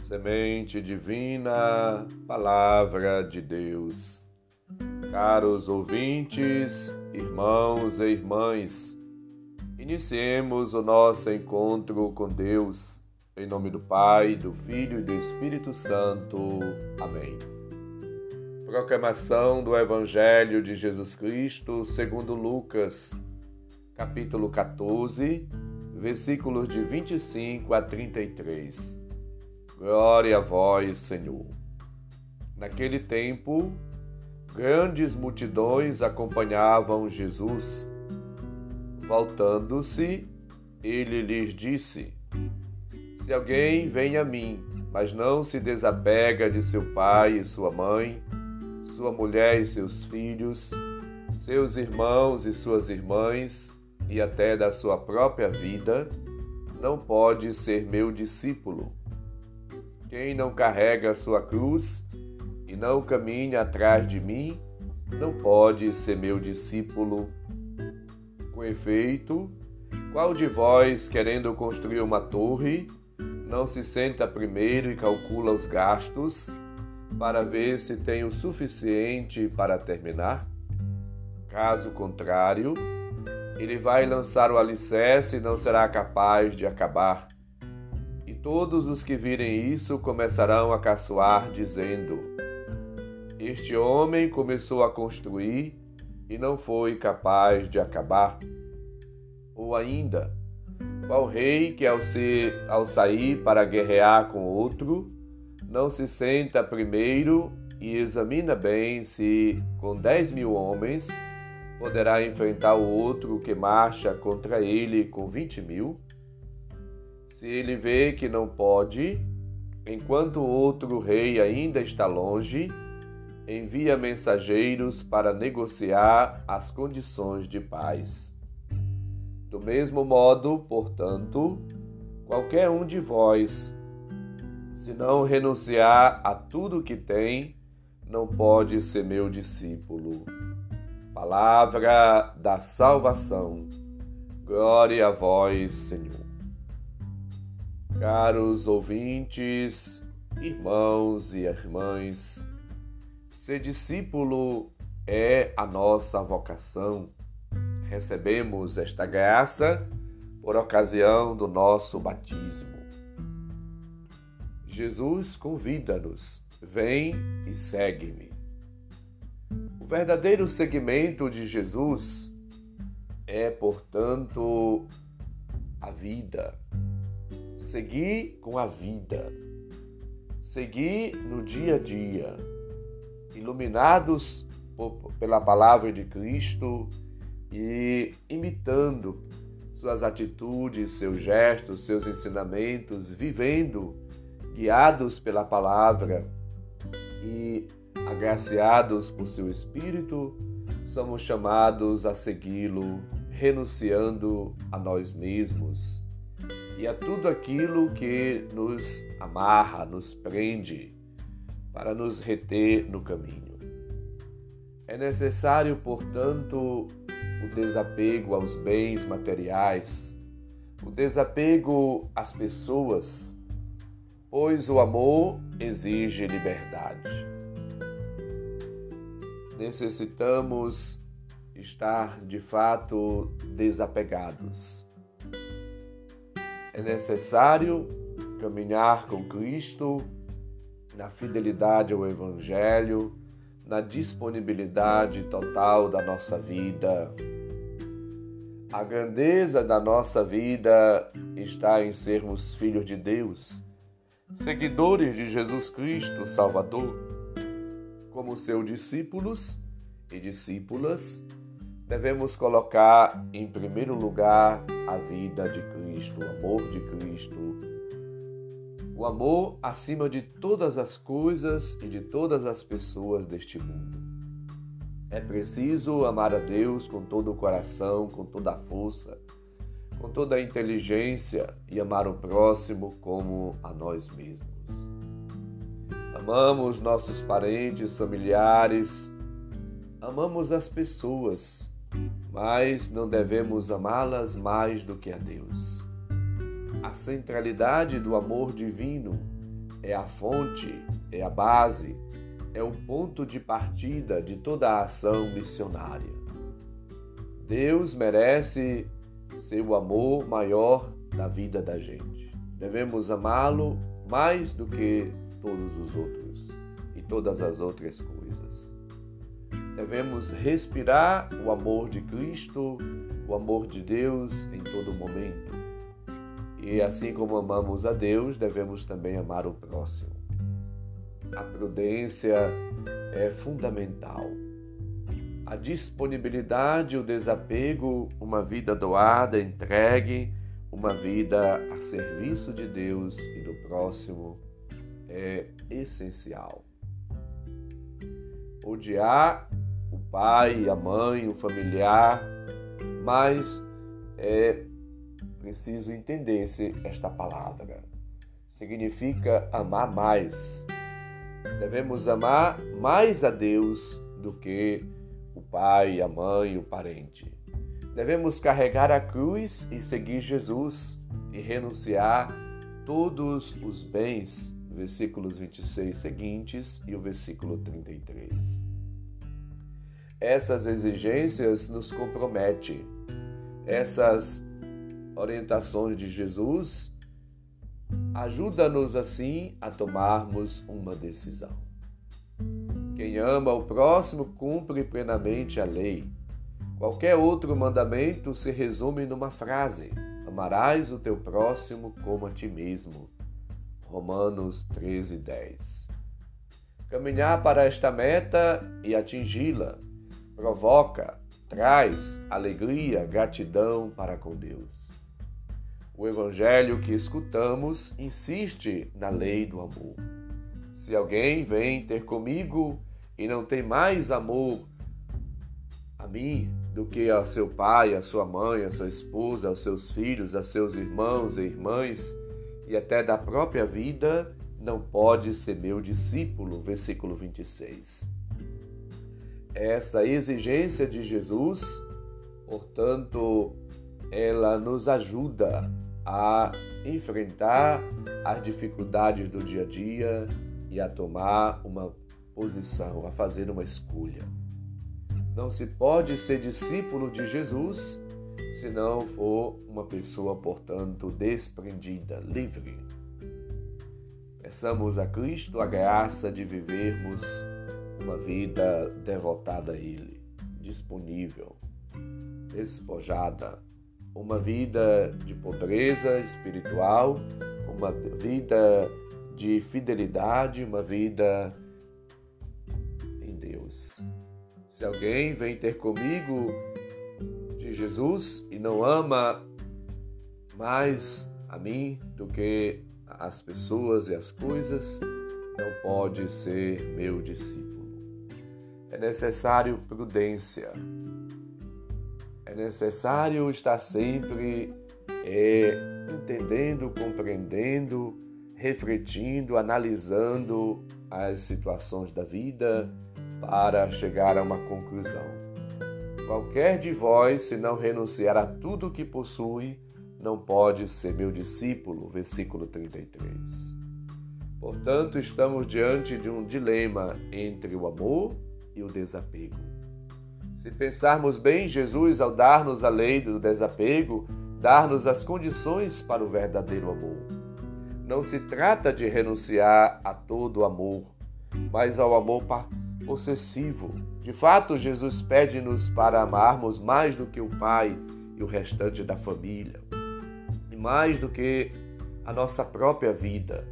Semente divina, Palavra de Deus. Caros ouvintes, irmãos e irmãs, iniciemos o nosso encontro com Deus, em nome do Pai, do Filho e do Espírito Santo. Amém. Proclamação do Evangelho de Jesus Cristo segundo Lucas, capítulo 14, versículos de 25 a 33. Glória a vós, Senhor. Naquele tempo, grandes multidões acompanhavam Jesus. Voltando-se, ele lhes disse: Se alguém vem a mim, mas não se desapega de seu pai e sua mãe, sua mulher e seus filhos, seus irmãos e suas irmãs, e até da sua própria vida, não pode ser meu discípulo. Quem não carrega a sua cruz e não caminha atrás de mim, não pode ser meu discípulo. Com efeito, qual de vós, querendo construir uma torre, não se senta primeiro e calcula os gastos, para ver se tem o suficiente para terminar? Caso contrário, ele vai lançar o alicerce e não será capaz de acabar. E todos os que virem isso começarão a caçoar, dizendo: Este homem começou a construir e não foi capaz de acabar. Ou ainda, qual rei que ao sair para guerrear com outro, não se senta primeiro e examina bem se, com 10.000 homens, poderá enfrentar o outro que marcha contra ele com 20.000? Se ele vê que não pode, enquanto o outro rei ainda está longe, envia mensageiros para negociar as condições de paz. Do mesmo modo, portanto, qualquer um de vós, se não renunciar a tudo que tem, não pode ser meu discípulo. Palavra da salvação. Glória a vós, Senhor. Caros ouvintes, irmãos e irmãs, ser discípulo é a nossa vocação. Recebemos esta graça por ocasião do nosso batismo. Jesus convida-nos: vem e segue-me. O verdadeiro seguimento de Jesus é, portanto, a vida. Seguir com a vida. Seguir no dia a dia, iluminados pela palavra de Cristo e imitando suas atitudes, seus gestos, seus ensinamentos, vivendo, guiados pela palavra e agraciados por seu Espírito, somos chamados a segui-lo, renunciando a nós mesmos e a tudo aquilo que nos amarra, nos prende, para nos reter no caminho. É necessário, portanto, o desapego aos bens materiais, o desapego às pessoas, pois o amor exige liberdade. Necessitamos estar, de fato, desapegados. É necessário caminhar com Cristo na fidelidade ao Evangelho, na disponibilidade total da nossa vida. A grandeza da nossa vida está em sermos filhos de Deus, seguidores de Jesus Cristo, Salvador. Como seus discípulos e discípulas, devemos colocar em primeiro lugar a vida de Cristo, o amor de Cristo. O amor acima de todas as coisas e de todas as pessoas deste mundo. É preciso amar a Deus com todo o coração, com toda a força, com toda a inteligência e amar o próximo como a nós mesmos. Amamos nossos parentes, familiares, amamos as pessoas, mas não devemos amá-las mais do que a Deus. A centralidade do amor divino é a fonte, é a base, é o ponto de partida de toda a ação missionária. Deus merece seu amor maior na vida da gente. Devemos amá-lo mais do que todos os outros e todas as outras coisas. Devemos respirar o amor de Cristo, o amor de Deus em todo momento. E assim como amamos a Deus, devemos também amar o próximo. A prudência é fundamental. A disponibilidade, o desapego, uma vida doada, entregue, uma vida a serviço de Deus e do próximo é essencial. Odiar o pai, a mãe, o familiar, mas é preciso entender esta palavra. Significa amar mais. Devemos amar mais a Deus do que o pai, a mãe, o parente. Devemos carregar a cruz e seguir Jesus e renunciar todos os bens, versículos 26 seguintes e o versículo 33. Essas exigências nos comprometem. Essas orientações de Jesus ajuda-nos assim a tomarmos uma decisão. Quem ama o próximo cumpre plenamente a lei. Qualquer outro mandamento se resume numa frase: amarás o teu próximo como a ti mesmo. Romanos 13:10. Caminhar para esta meta e atingi-la traz alegria, gratidão para com Deus. O evangelho que escutamos insiste na lei do amor. Se alguém vem ter comigo e não tem mais amor a mim do que a seu pai, a sua mãe, a sua esposa, aos seus filhos, a seus irmãos e irmãs e até da própria vida, não pode ser meu discípulo. Versículo 26. Essa exigência de Jesus, portanto, ela nos ajuda a enfrentar as dificuldades do dia a dia e a tomar uma posição, a fazer uma escolha. Não se pode ser discípulo de Jesus se não for uma pessoa, portanto, desprendida, livre. Peçamos a Cristo a graça de vivermos uma vida devotada a Ele, disponível, despojada, uma vida de pobreza espiritual, uma vida de fidelidade, uma vida em Deus. Se alguém vem ter comigo de Jesus e não ama mais a mim do que as pessoas e as coisas, não pode ser meu discípulo. É necessário prudência. É necessário estar sempre entendendo, compreendendo, refletindo, analisando as situações da vida para chegar a uma conclusão. Qualquer de vós, se não renunciar a tudo o que possui, não pode ser meu discípulo. Versículo 33. Portanto, estamos diante de um dilema entre o amor e o desapego. Se pensarmos bem, Jesus, ao dar-nos a lei do desapego, dar-nos as condições para o verdadeiro amor. Não se trata de renunciar a todo amor, mas ao amor possessivo. De fato, Jesus pede-nos para amarmos mais do que o Pai e o restante da família, e mais do que a nossa própria vida.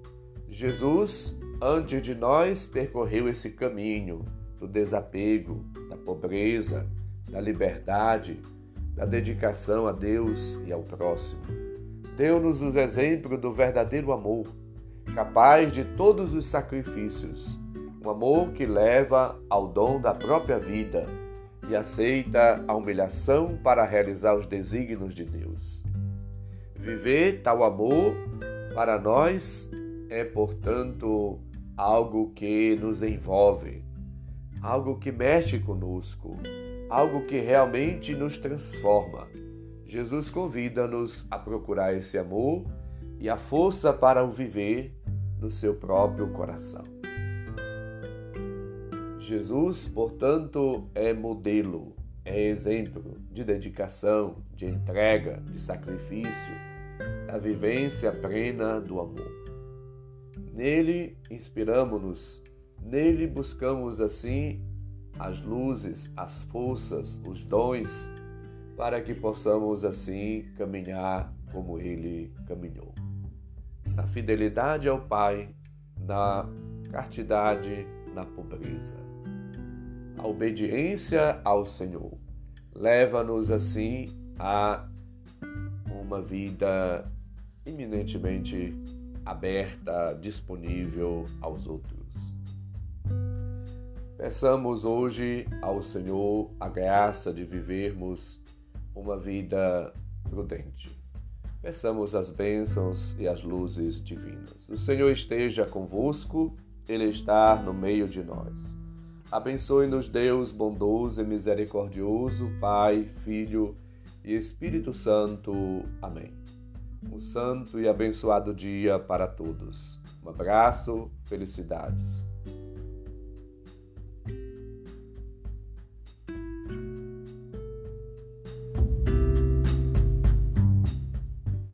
Jesus, antes de nós, percorreu esse caminho do desapego, da pobreza, da liberdade, da dedicação a Deus e ao próximo. Deu-nos o exemplo do verdadeiro amor, capaz de todos os sacrifícios, um amor que leva ao dom da própria vida e aceita a humilhação para realizar os desígnios de Deus. Viver tal amor, para nós, é, portanto, algo que nos envolve, algo que mexe conosco, algo que realmente nos transforma. Jesus convida-nos a procurar esse amor e a força para o viver no seu próprio coração. Jesus, portanto, é modelo, é exemplo de dedicação, de entrega, de sacrifício, da vivência plena do amor. Nele inspiramo-nos, nele buscamos assim as luzes, as forças, os dons, para que possamos assim caminhar como ele caminhou. Na fidelidade ao Pai, na castidade, na pobreza. A obediência ao Senhor leva-nos assim a uma vida eminentemente aberta, disponível aos outros. Peçamos hoje ao Senhor a graça de vivermos uma vida prudente. Peçamos as bênçãos e as luzes divinas. O Senhor esteja convosco, Ele está no meio de nós. Abençoe-nos Deus bondoso e misericordioso, Pai, Filho e Espírito Santo. Amém. Um santo e abençoado dia para todos. Um abraço, felicidades.